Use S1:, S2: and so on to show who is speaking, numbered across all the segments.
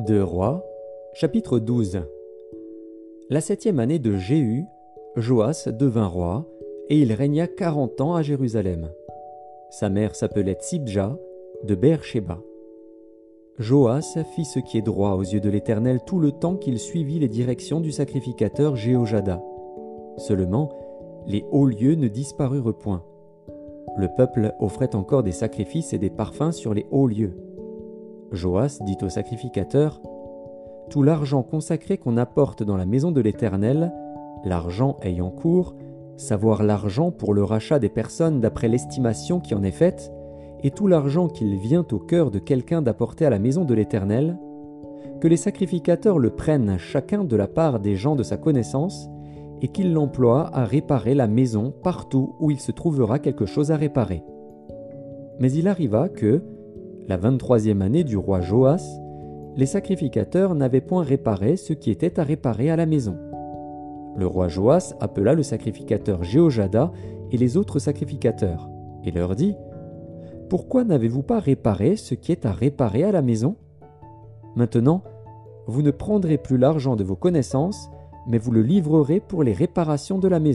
S1: 2 Rois, chapitre 12. La 7e année de Jéhu, Joas devint roi, et il régna 40 ans à Jérusalem. Sa mère s'appelait Tsibja, de Beer-Shéba. Joas fit ce qui est droit aux yeux de l'Éternel tout le temps qu'il suivit les directions du sacrificateur Jéhojada. Seulement, les hauts lieux ne disparurent point. Le peuple offrait encore des sacrifices et des parfums sur les hauts lieux. Joas dit au sacrificateur : « Tout l'argent consacré qu'on apporte dans la maison de l'Éternel, l'argent ayant cours, savoir l'argent pour le rachat des personnes d'après l'estimation qui en est faite, et tout l'argent qu'il vient au cœur de quelqu'un d'apporter à la maison de l'Éternel, que les sacrificateurs le prennent chacun de la part des gens de sa connaissance, et qu'ils l'emploient à réparer la maison partout où il se trouvera quelque chose à réparer. » Mais il arriva que, la 23e année du roi Joas, les sacrificateurs n'avaient point réparé ce qui était à réparer à la maison. Le roi Joas appela le sacrificateur Jéhojada et les autres sacrificateurs, et leur dit : « Pourquoi n'avez-vous pas réparé ce qui est à réparer à la maison ? Maintenant, vous ne prendrez plus l'argent de vos connaissances, mais vous le livrerez pour les réparations de la maison. »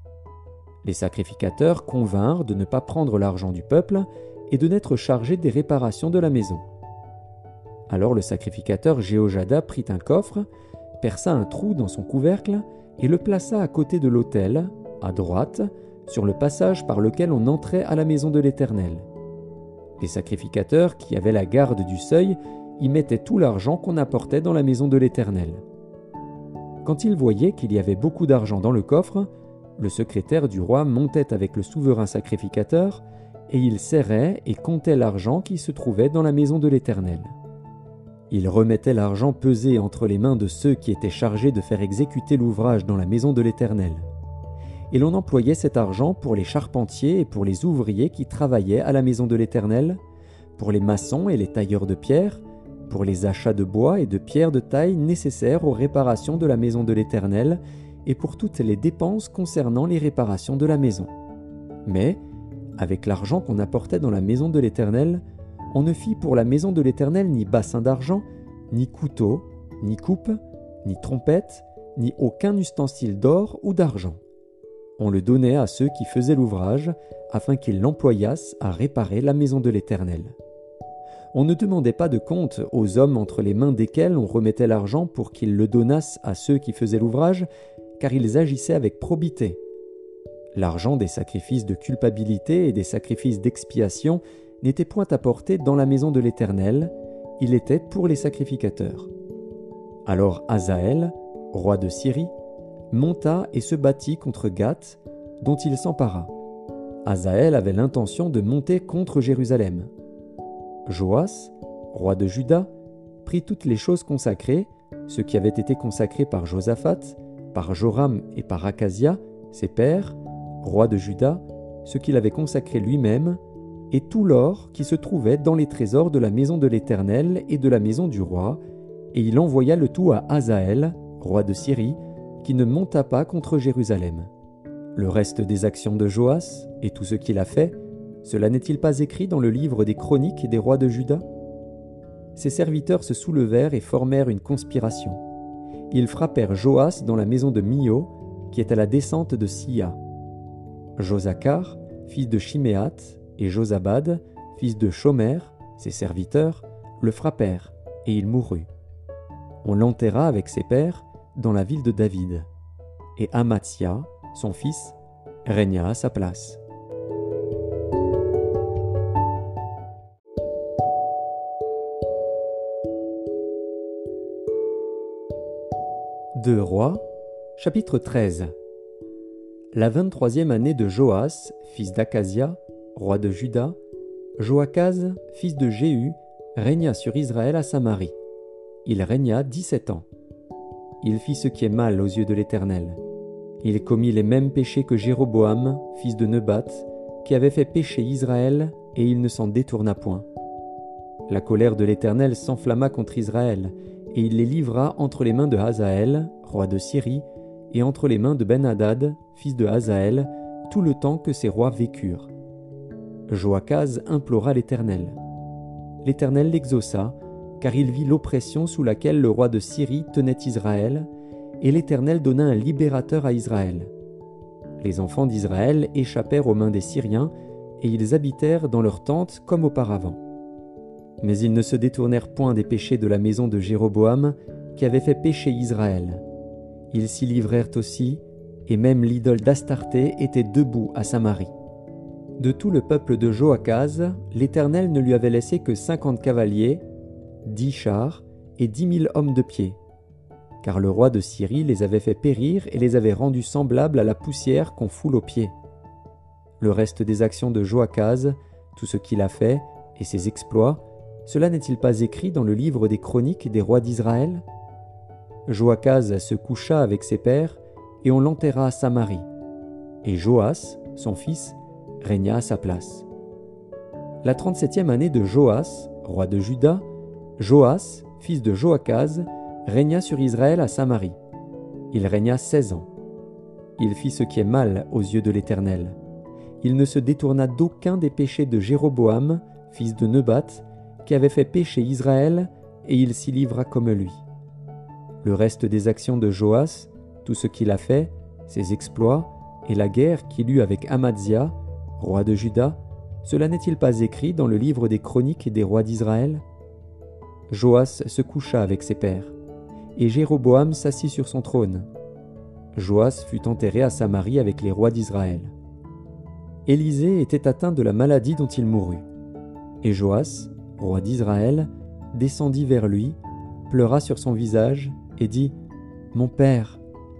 S1: Les sacrificateurs convinrent de ne pas prendre l'argent du peuple et de n'être chargés des réparations de la maison. Alors le sacrificateur Jéhojada prit un coffre, perça un trou dans son couvercle et le plaça à côté de l'autel, à droite, sur le passage par lequel on entrait à la maison de l'Éternel. Les sacrificateurs qui avaient la garde du seuil y mettaient tout l'argent qu'on apportait dans la maison de l'Éternel. Quand ils voyaient qu'il y avait beaucoup d'argent dans le coffre, le secrétaire du roi montait avec le souverain sacrificateur, et il serrait et comptait l'argent qui se trouvait dans la maison de l'Éternel. Il remettait l'argent pesé entre les mains de ceux qui étaient chargés de faire exécuter l'ouvrage dans la maison de l'Éternel. Et l'on employait cet argent pour les charpentiers et pour les ouvriers qui travaillaient à la maison de l'Éternel, pour les maçons et les tailleurs de pierre, pour les achats de bois et de pierres de taille nécessaires aux réparations de la maison de l'Éternel et pour toutes les dépenses concernant les réparations de la maison. Mais, avec l'argent qu'on apportait dans la maison de l'Éternel, on ne fit pour la maison de l'Éternel ni bassin d'argent, ni couteau, ni coupe, ni trompette, ni aucun ustensile d'or ou d'argent. On le donnait à ceux qui faisaient l'ouvrage, afin qu'ils l'employassent à réparer la maison de l'Éternel. On ne demandait pas de compte aux hommes entre les mains desquels on remettait l'argent pour qu'ils le donnassent à ceux qui faisaient l'ouvrage, car ils agissaient avec probité. L'argent des sacrifices de culpabilité et des sacrifices d'expiation n'était point apporté dans la maison de l'Éternel, il était pour les sacrificateurs. Alors Hazaël, roi de Syrie, monta et se battit contre Gath, dont il s'empara. Hazaël avait l'intention de monter contre Jérusalem. Joas, roi de Juda, prit toutes les choses consacrées, ce qui avait été consacré par Josaphat, par Joram et par Akazia, ses pères, rois de Juda, ce qu'il avait consacré lui-même, et tout l'or qui se trouvait dans les trésors de la maison de l'Éternel et de la maison du roi, et il envoya le tout à Hazaël, roi de Syrie, qui ne monta pas contre Jérusalem. Le reste des actions de Joas, et tout ce qu'il a fait, cela n'est-il pas écrit dans le livre des chroniques des rois de Juda ? Ses serviteurs se soulevèrent et formèrent une conspiration. Ils frappèrent Joas dans la maison de Mio, qui est à la descente de Sia. Josachar, fils de Shiméat, et Josabad, fils de Shomer, ses serviteurs, le frappèrent, et il mourut. On l'enterra avec ses pères dans la ville de David. Et Amatsia, son fils, régna à sa place. Deux Rois, chapitre 13. La 23e année de Joas, fils d'Akazia, roi de Juda, Joachaz, fils de Jéhu, régna sur Israël à Samarie. Il régna 17 ans. Il fit ce qui est mal aux yeux de l'Éternel. Il commit les mêmes péchés que Jéroboam, fils de Nebat, qui avait fait pécher Israël, et il ne s'en détourna point. La colère de l'Éternel s'enflamma contre Israël, et il les livra entre les mains de Hazaël, roi de Syrie, et entre les mains de Ben-Hadad, fils de Hazaël, tout le temps que ces rois vécurent. Joachaz implora l'Éternel. L'Éternel l'exauça, car il vit l'oppression sous laquelle le roi de Syrie tenait Israël, et l'Éternel donna un libérateur à Israël. Les enfants d'Israël échappèrent aux mains des Syriens, et ils habitèrent dans leurs tentes comme auparavant. Mais ils ne se détournèrent point des péchés de la maison de Jéroboam, qui avait fait pécher Israël. Ils s'y livrèrent aussi, et même l'idole d'Astarté était debout à Samarie. De tout le peuple de Joachaz, l'Éternel ne lui avait laissé que 50 cavaliers, 10 chars et 10 000 hommes de pied. Car le roi de Syrie les avait fait périr et les avait rendus semblables à la poussière qu'on foule aux pieds. Le reste des actions de Joachaz, tout ce qu'il a fait, et ses exploits, cela n'est-il pas écrit dans le livre des chroniques des rois d'Israël ? Joachaz se coucha avec ses pères, et on l'enterra à Samarie. Et Joas, son fils, régna à sa place. La 37e année de Joas, roi de Juda, Joas, fils de Joachaz, régna sur Israël à Samarie. Il régna 16 ans. Il fit ce qui est mal aux yeux de l'Éternel. Il ne se détourna d'aucun des péchés de Jéroboam, fils de Nebat, qui avait fait pécher Israël, et il s'y livra comme lui. Le reste des actions de Joas, tout ce qu'il a fait, ses exploits, et la guerre qu'il eut avec Amadzia, roi de Juda, cela n'est-il pas écrit dans le livre des chroniques des rois d'Israël ? Joas se coucha avec ses pères, et Jéroboam s'assit sur son trône. Joas fut enterré à Samarie avec les rois d'Israël. Élisée était atteint de la maladie dont il mourut. Et Joas, roi d'Israël, descendit vers lui, pleura sur son visage, et dit « Mon père,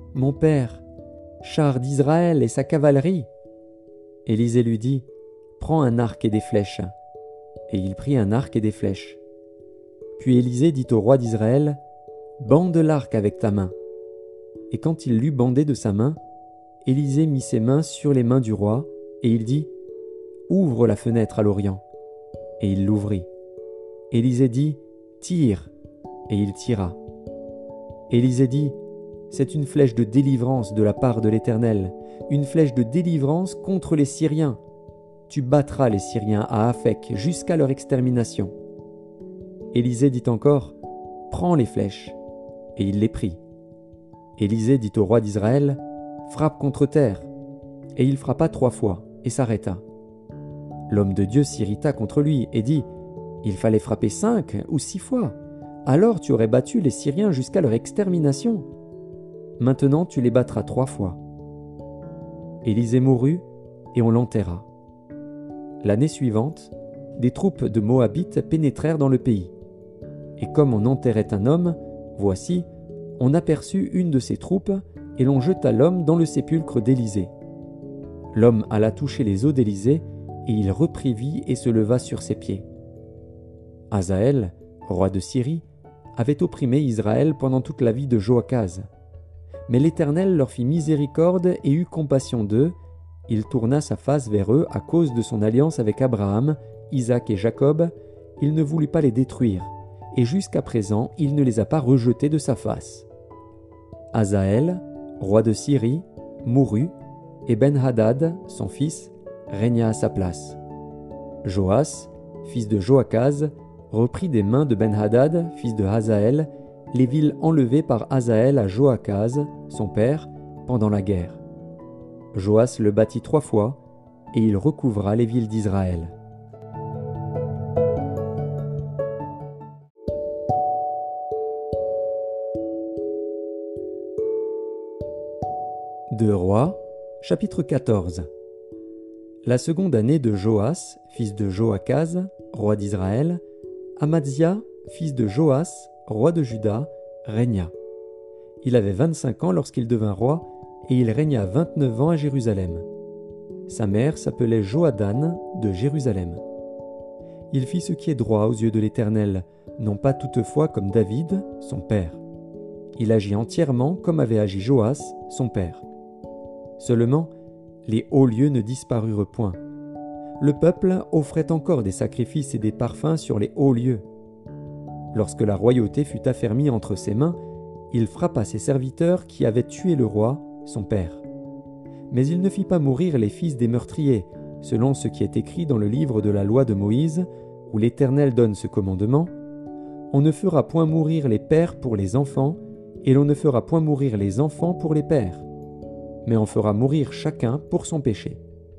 S1: char d'Israël et sa cavalerie !» Élisée lui dit « Prends un arc et des flèches. » Et il prit un arc et des flèches. Puis Élisée dit au roi d'Israël « Bande l'arc avec ta main. » Et quand il l'eut bandé de sa main, Élisée mit ses mains sur les mains du roi, et il dit « Ouvre la fenêtre à l'Orient. » Et il l'ouvrit. Élisée dit « Tire. » Et il tira. Élisée dit « C'est une flèche de délivrance de la part de l'Éternel, une flèche de délivrance contre les Syriens. Tu battras les Syriens à Aphek jusqu'à leur extermination. » Élisée dit encore « Prends les flèches. » Et il les prit. Élisée dit au roi d'Israël « Frappe contre terre. » Et il frappa 3 fois, et s'arrêta. L'homme de Dieu s'irrita contre lui, et dit « Il fallait frapper 5 ou 6 fois. Alors tu aurais battu les Syriens jusqu'à leur extermination. Maintenant tu les battras 3 fois. » Élisée mourut, et on l'enterra. L'année suivante, des troupes de Moabites pénétrèrent dans le pays. Et comme on enterrait un homme, voici, on aperçut une de ces troupes, et l'on jeta l'homme dans le sépulcre d'Élisée. L'homme alla toucher les os d'Élisée, et il reprit vie et se leva sur ses pieds. Hazaël, roi de Syrie, avait opprimé Israël pendant toute la vie de Joachaz. Mais l'Éternel leur fit miséricorde et eut compassion d'eux. Il tourna sa face vers eux à cause de son alliance avec Abraham, Isaac et Jacob. Il ne voulut pas les détruire, et jusqu'à présent il ne les a pas rejetés de sa face. Hazaël, roi de Syrie, mourut, et Ben-Hadad, son fils, régna à sa place. Joas, fils de Joachaz, reprit des mains de Ben-Hadad, fils de Hazaël, les villes enlevées par Hazaël à Joachaz, son père, pendant la guerre. Joas le bâtit 3 fois, et il recouvra les villes d'Israël. Deux Rois, chapitre 14. La seconde année de Joas, fils de Joachaz, roi d'Israël, Amadzia, fils de Joas, roi de Juda, régna. Il avait 25 ans lorsqu'il devint roi, et il régna 29 ans à Jérusalem. Sa mère s'appelait Johadan de Jérusalem. Il fit ce qui est droit aux yeux de l'Éternel, non pas toutefois comme David, son père. Il agit entièrement comme avait agi Joas, son père. Seulement, les hauts lieux ne disparurent point. Le peuple offrait encore des sacrifices et des parfums sur les hauts lieux. Lorsque la royauté fut affermie entre ses mains, il frappa ses serviteurs qui avaient tué le roi, son père. Mais il ne fit pas mourir les fils des meurtriers, selon ce qui est écrit dans le livre de la loi de Moïse, où l'Éternel donne ce commandement : On ne fera point mourir les pères pour les enfants, et l'on ne fera point mourir les enfants pour les pères, mais on fera mourir chacun pour son péché.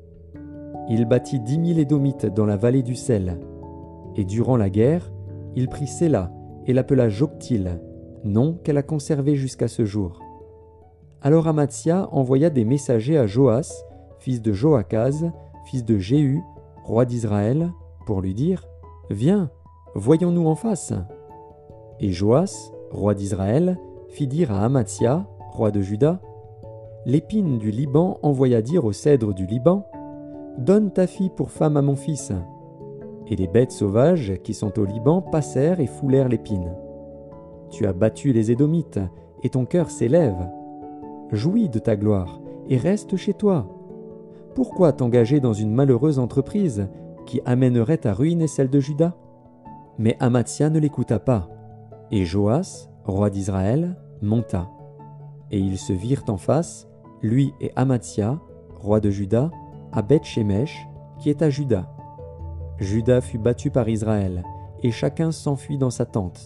S1: Il bâtit 10 000 Édomites dans la vallée du sel, et durant la guerre, il prit Séla et l'appela Joktil, nom qu'elle a conservé jusqu'à ce jour. Alors Amatsia envoya des messagers à Joas, fils de Joachaz, fils de Jéhu, roi d'Israël, pour lui dire « Viens, voyons-nous en face ». Et Joas, roi d'Israël, fit dire à Amatsia, roi de Juda, « L'épine du Liban envoya dire au cèdre du Liban, « Donne ta fille pour femme à mon fils ». Et les bêtes sauvages qui sont au Liban passèrent et foulèrent l'épine. Tu as battu les Édomites, et ton cœur s'élève. Jouis de ta gloire, et reste chez toi. Pourquoi t'engager dans une malheureuse entreprise qui amènerait ta ruine et celle de Juda ? Mais Amatsia ne l'écouta pas, et Joas, roi d'Israël, monta. Et ils se virent en face, lui et Amatsia, roi de Juda, à Beth-Shemesh, qui est à Juda. Juda fut battu par Israël, et chacun s'enfuit dans sa tente.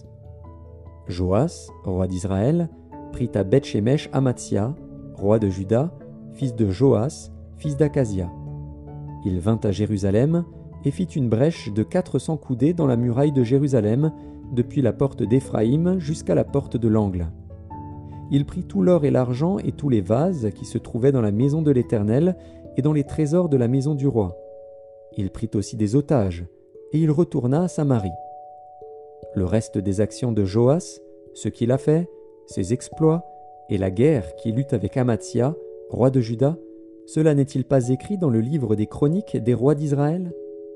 S1: Joas, roi d'Israël, prit à Beth-Shemesh Amatsia, roi de Juda, fils de Joas, fils d'Akazia. Il vint à Jérusalem et fit une brèche de 400 coudées dans la muraille de Jérusalem, depuis la porte d'Éphraïm jusqu'à la porte de l'angle. Il prit tout l'or et l'argent et tous les vases qui se trouvaient dans la maison de l'Éternel et dans les trésors de la maison du roi. Il prit aussi des otages, et il retourna à Samarie. Le reste des actions de Joas, ce qu'il a fait, ses exploits, et la guerre qu'il eut avec Amatsia, roi de Juda, cela n'est-il pas écrit dans le livre des chroniques des rois d'Israël ?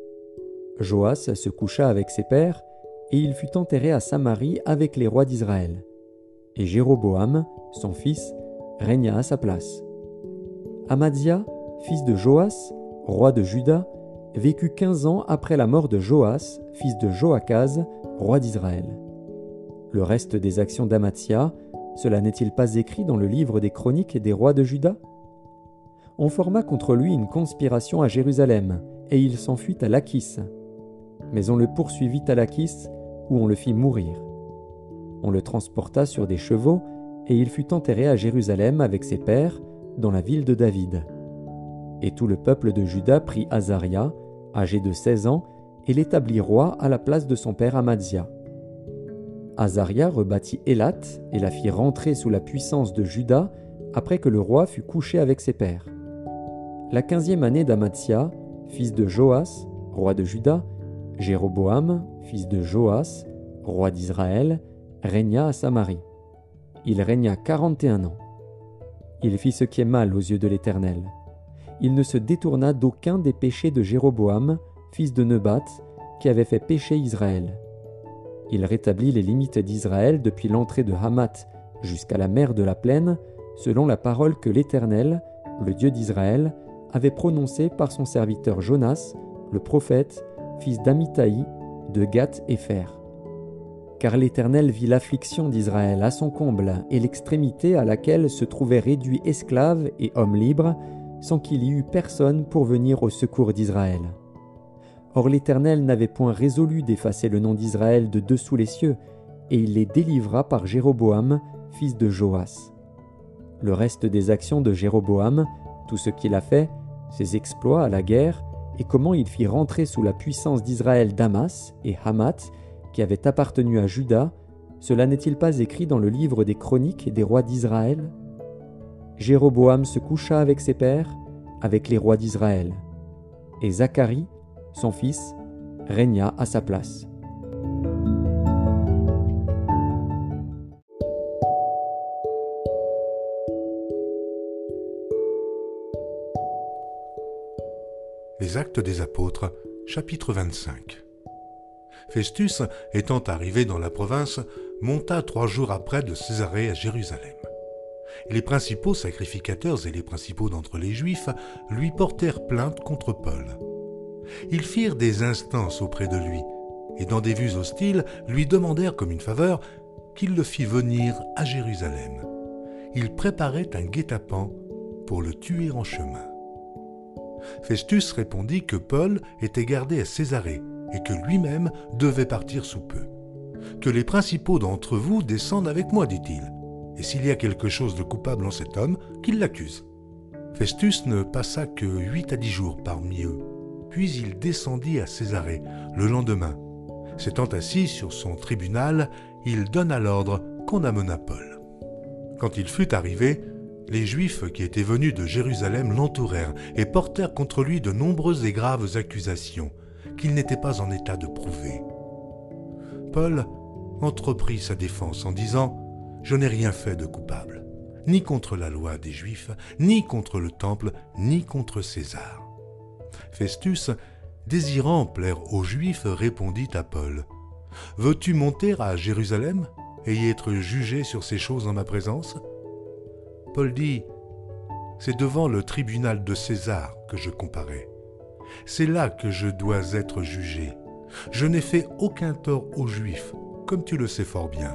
S1: Joas se coucha avec ses pères, et il fut enterré à Samarie avec les rois d'Israël. Et Jéroboam, son fils, régna à sa place. Amadzia, fils de Joas, roi de Juda, vécut 15 ans après la mort de Joas, fils de Joachaz, roi d'Israël. Le reste des actions d'Amatsia, cela n'est-il pas écrit dans le livre des chroniques des rois de Juda ? On forma contre lui une conspiration à Jérusalem, et il s'enfuit à Lachis. Mais on le poursuivit à Lachis, où on le fit mourir. On le transporta sur des chevaux, et il fut enterré à Jérusalem avec ses pères, dans la ville de David. Et tout le peuple de Juda prit Azaria, âgé de 16 ans, et l'établit roi à la place de son père Amadzia. Azaria rebâtit Élat et la fit rentrer sous la puissance de Juda après que le roi fut couché avec ses pères. La 15e année d'Amadzia, fils de Joas, roi de Juda, Jéroboam, fils de Joas, roi d'Israël, régna à Samarie. Il régna 41 ans. Il fit ce qui est mal aux yeux de l'Éternel. Il ne se détourna d'aucun des péchés de Jéroboam, fils de Nebat, qui avait fait pécher Israël. Il rétablit les limites d'Israël depuis l'entrée de Hamath jusqu'à la mer de la Plaine, selon la parole que l'Éternel, le Dieu d'Israël, avait prononcée par son serviteur Jonas, le prophète, fils d'Amitai, de Gath-Hépher. Car l'Éternel vit l'affliction d'Israël à son comble et l'extrémité à laquelle se trouvaient réduits esclaves et hommes libres, sans qu'il y eût personne pour venir au secours d'Israël. Or l'Éternel n'avait point résolu d'effacer le nom d'Israël de dessous les cieux, et il les délivra par Jéroboam, fils de Joas. Le reste des actions de Jéroboam, tout ce qu'il a fait, ses exploits à la guerre, et comment il fit rentrer sous la puissance d'Israël Damas et Hamath, qui avaient appartenu à Juda, cela n'est-il pas écrit dans le livre des chroniques des rois d'Israël ? Jéroboam se coucha avec ses pères, avec les rois d'Israël. Et Zacharie, son fils, régna à sa place.
S2: Les Actes des Apôtres, chapitre 25. Festus, étant arrivé dans la province, monta 3 jours après de Césarée à Jérusalem. Et les principaux sacrificateurs et les principaux d'entre les Juifs lui portèrent plainte contre Paul. Ils firent des instances auprès de lui, et dans des vues hostiles, lui demandèrent comme une faveur qu'il le fît venir à Jérusalem. Ils préparaient un guet-apens pour le tuer en chemin. Festus répondit que Paul était gardé à Césarée et que lui-même devait partir sous peu. « Que les principaux d'entre vous descendent avec moi, dit-il, et s'il y a quelque chose de coupable en cet homme, qu'il l'accuse. » Festus ne passa que 8 à 10 jours parmi eux, puis il descendit à Césarée le lendemain. S'étant assis sur son tribunal, il donna l'ordre qu'on amenât Paul. Quand il fut arrivé, les Juifs qui étaient venus de Jérusalem l'entourèrent et portèrent contre lui de nombreuses et graves accusations qu'il n'était pas en état de prouver. Paul entreprit sa défense en disant « Je n'ai rien fait de coupable, ni contre la loi des Juifs, ni contre le temple, ni contre César. » Festus, désirant plaire aux Juifs, répondit à Paul « Veux-tu monter à Jérusalem et y être jugé sur ces choses en ma présence ?» Paul dit « C'est devant le tribunal de César que je comparais. C'est là que je dois être jugé. Je n'ai fait aucun tort aux Juifs, comme tu le sais fort bien.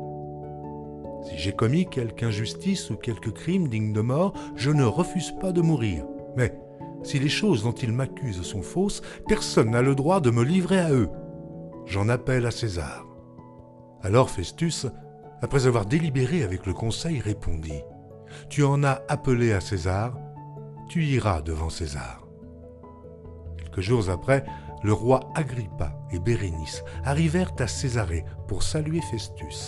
S2: Si j'ai commis quelque injustice ou quelque crime digne de mort, je ne refuse pas de mourir. Mais si les choses dont ils m'accusent sont fausses, personne n'a le droit de me livrer à eux. J'en appelle à César. » Alors Festus, après avoir délibéré avec le conseil, répondit « Tu en as appelé à César, tu iras devant César. » Quelques jours après, le roi Agrippa et Bérénice arrivèrent à Césarée pour saluer Festus.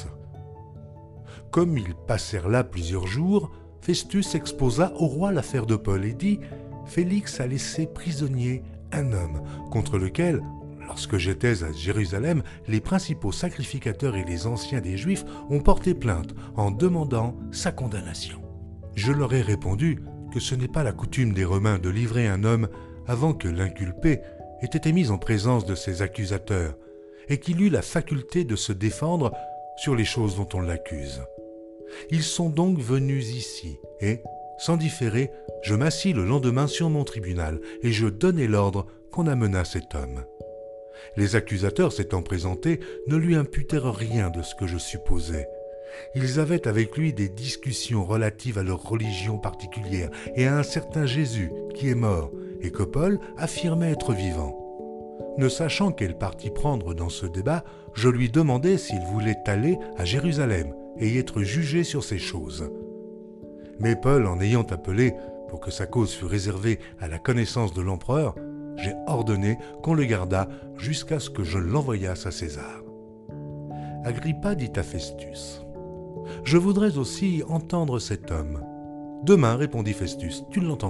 S2: Comme ils passèrent là plusieurs jours, Festus exposa au roi l'affaire de Paul et dit « Félix a laissé prisonnier un homme contre lequel, lorsque j'étais à Jérusalem, les principaux sacrificateurs et les anciens des Juifs ont porté plainte en demandant sa condamnation. Je leur ai répondu que ce n'est pas la coutume des Romains de livrer un homme avant que l'inculpé ait été mis en présence de ses accusateurs et qu'il eût la faculté de se défendre sur les choses dont on l'accuse. Ils sont donc venus ici et, sans différer, je m'assis le lendemain sur mon tribunal et je donnai l'ordre qu'on amenât cet homme. Les accusateurs s'étant présentés ne lui imputèrent rien de ce que je supposais. Ils avaient avec lui des discussions relatives à leur religion particulière et à un certain Jésus qui est mort et que Paul affirmait être vivant. Ne sachant quel parti prendre dans ce débat, je lui demandai s'il voulait aller à Jérusalem et y être jugé sur ces choses. Mais Paul, en ayant appelé pour que sa cause fût réservée à la connaissance de l'empereur, j'ai ordonné qu'on le gardât jusqu'à ce que je l'envoyasse à César. Agrippa dit à Festus « Je voudrais aussi entendre cet homme. »« Demain, répondit Festus, tu l'entendras. »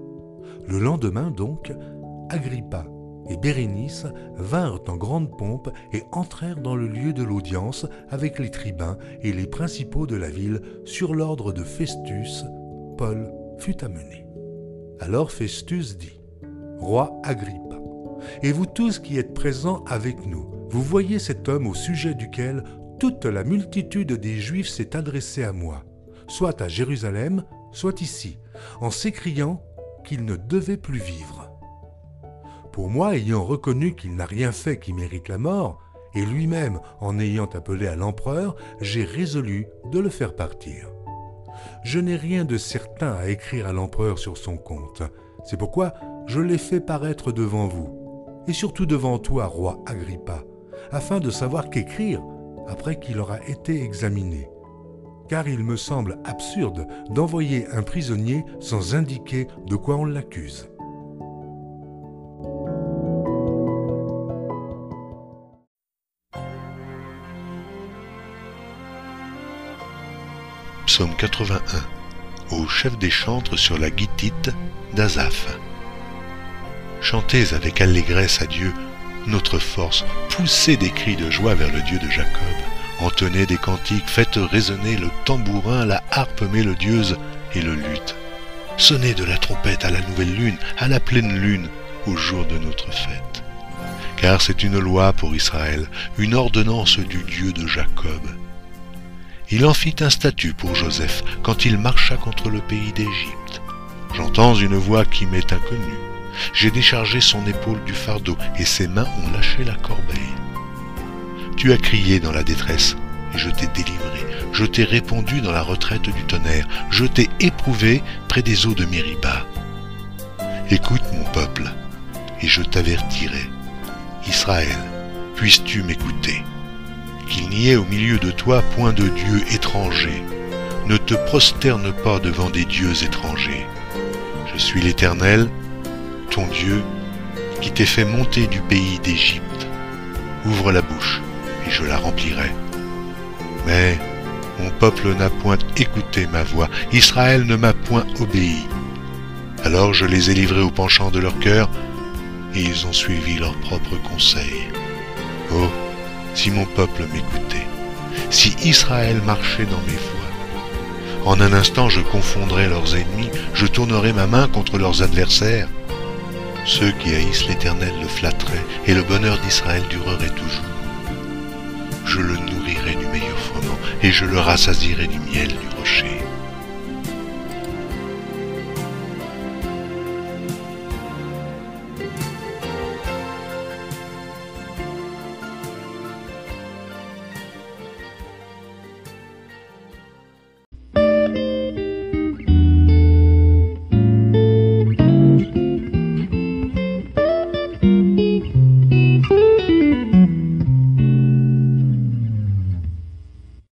S2: Le lendemain donc, Agrippa et Bérénice vinrent en grande pompe et entrèrent dans le lieu de l'audience avec les tribuns et les principaux de la ville. Sur l'ordre de Festus, Paul fut amené. Alors Festus dit « Roi Agrippa, et vous tous qui êtes présents avec nous, vous voyez cet homme au sujet duquel toute la multitude des Juifs s'est adressée à moi, soit à Jérusalem, soit ici, en s'écriant qu'il ne devait plus vivre. Pour moi, ayant reconnu qu'il n'a rien fait qui mérite la mort, et lui-même en ayant appelé à l'empereur, j'ai résolu de le faire partir. Je n'ai rien de certain à écrire à l'empereur sur son compte. C'est pourquoi je l'ai fait paraître devant vous, et surtout devant toi, roi Agrippa, afin de savoir qu'écrire après qu'il aura été examiné. Car il me semble absurde d'envoyer un prisonnier sans indiquer de quoi on l'accuse.
S3: Psaume 81, au chef des chantres sur la guitthite d'Asaph. Chantez avec allégresse à Dieu, notre force, poussez des cris de joie vers le Dieu de Jacob, entonnez des cantiques, faites résonner le tambourin, la harpe mélodieuse et le luth. Sonnez de la trompette à la nouvelle lune, à la pleine lune, au jour de notre fête. Car c'est une loi pour Israël, une ordonnance du Dieu de Jacob. Il en fit un statut pour Joseph quand il marcha contre le pays d'Égypte. J'entends une voix qui m'est inconnue. J'ai déchargé son épaule du fardeau et ses mains ont lâché la corbeille. Tu as crié dans la détresse et je t'ai délivré. Je t'ai répondu dans la retraite du tonnerre. Je t'ai éprouvé près des eaux de Mériba. Écoute mon peuple et je t'avertirai. Israël, puisses-tu m'écouter? qu'il n'y ait au milieu de toi point de dieu étranger. Ne te prosterne pas devant des dieux étrangers. Je suis l'Éternel, ton Dieu, qui t'ai fait monter du pays d'Égypte. Ouvre la bouche, et je la remplirai. Mais mon peuple n'a point écouté ma voix, Israël ne m'a point obéi. Alors je les ai livrés au penchant de leur cœur, et ils ont suivi leurs propres conseils. Oh, si mon peuple m'écoutait, si Israël marchait dans mes voies, en un instant je confondrais leurs ennemis, je tournerais ma main contre leurs adversaires. Ceux qui haïssent l'Éternel le flatteraient, et le bonheur d'Israël durerait toujours. Je le nourrirai du meilleur froment, et je le rassasierai du miel du rocher.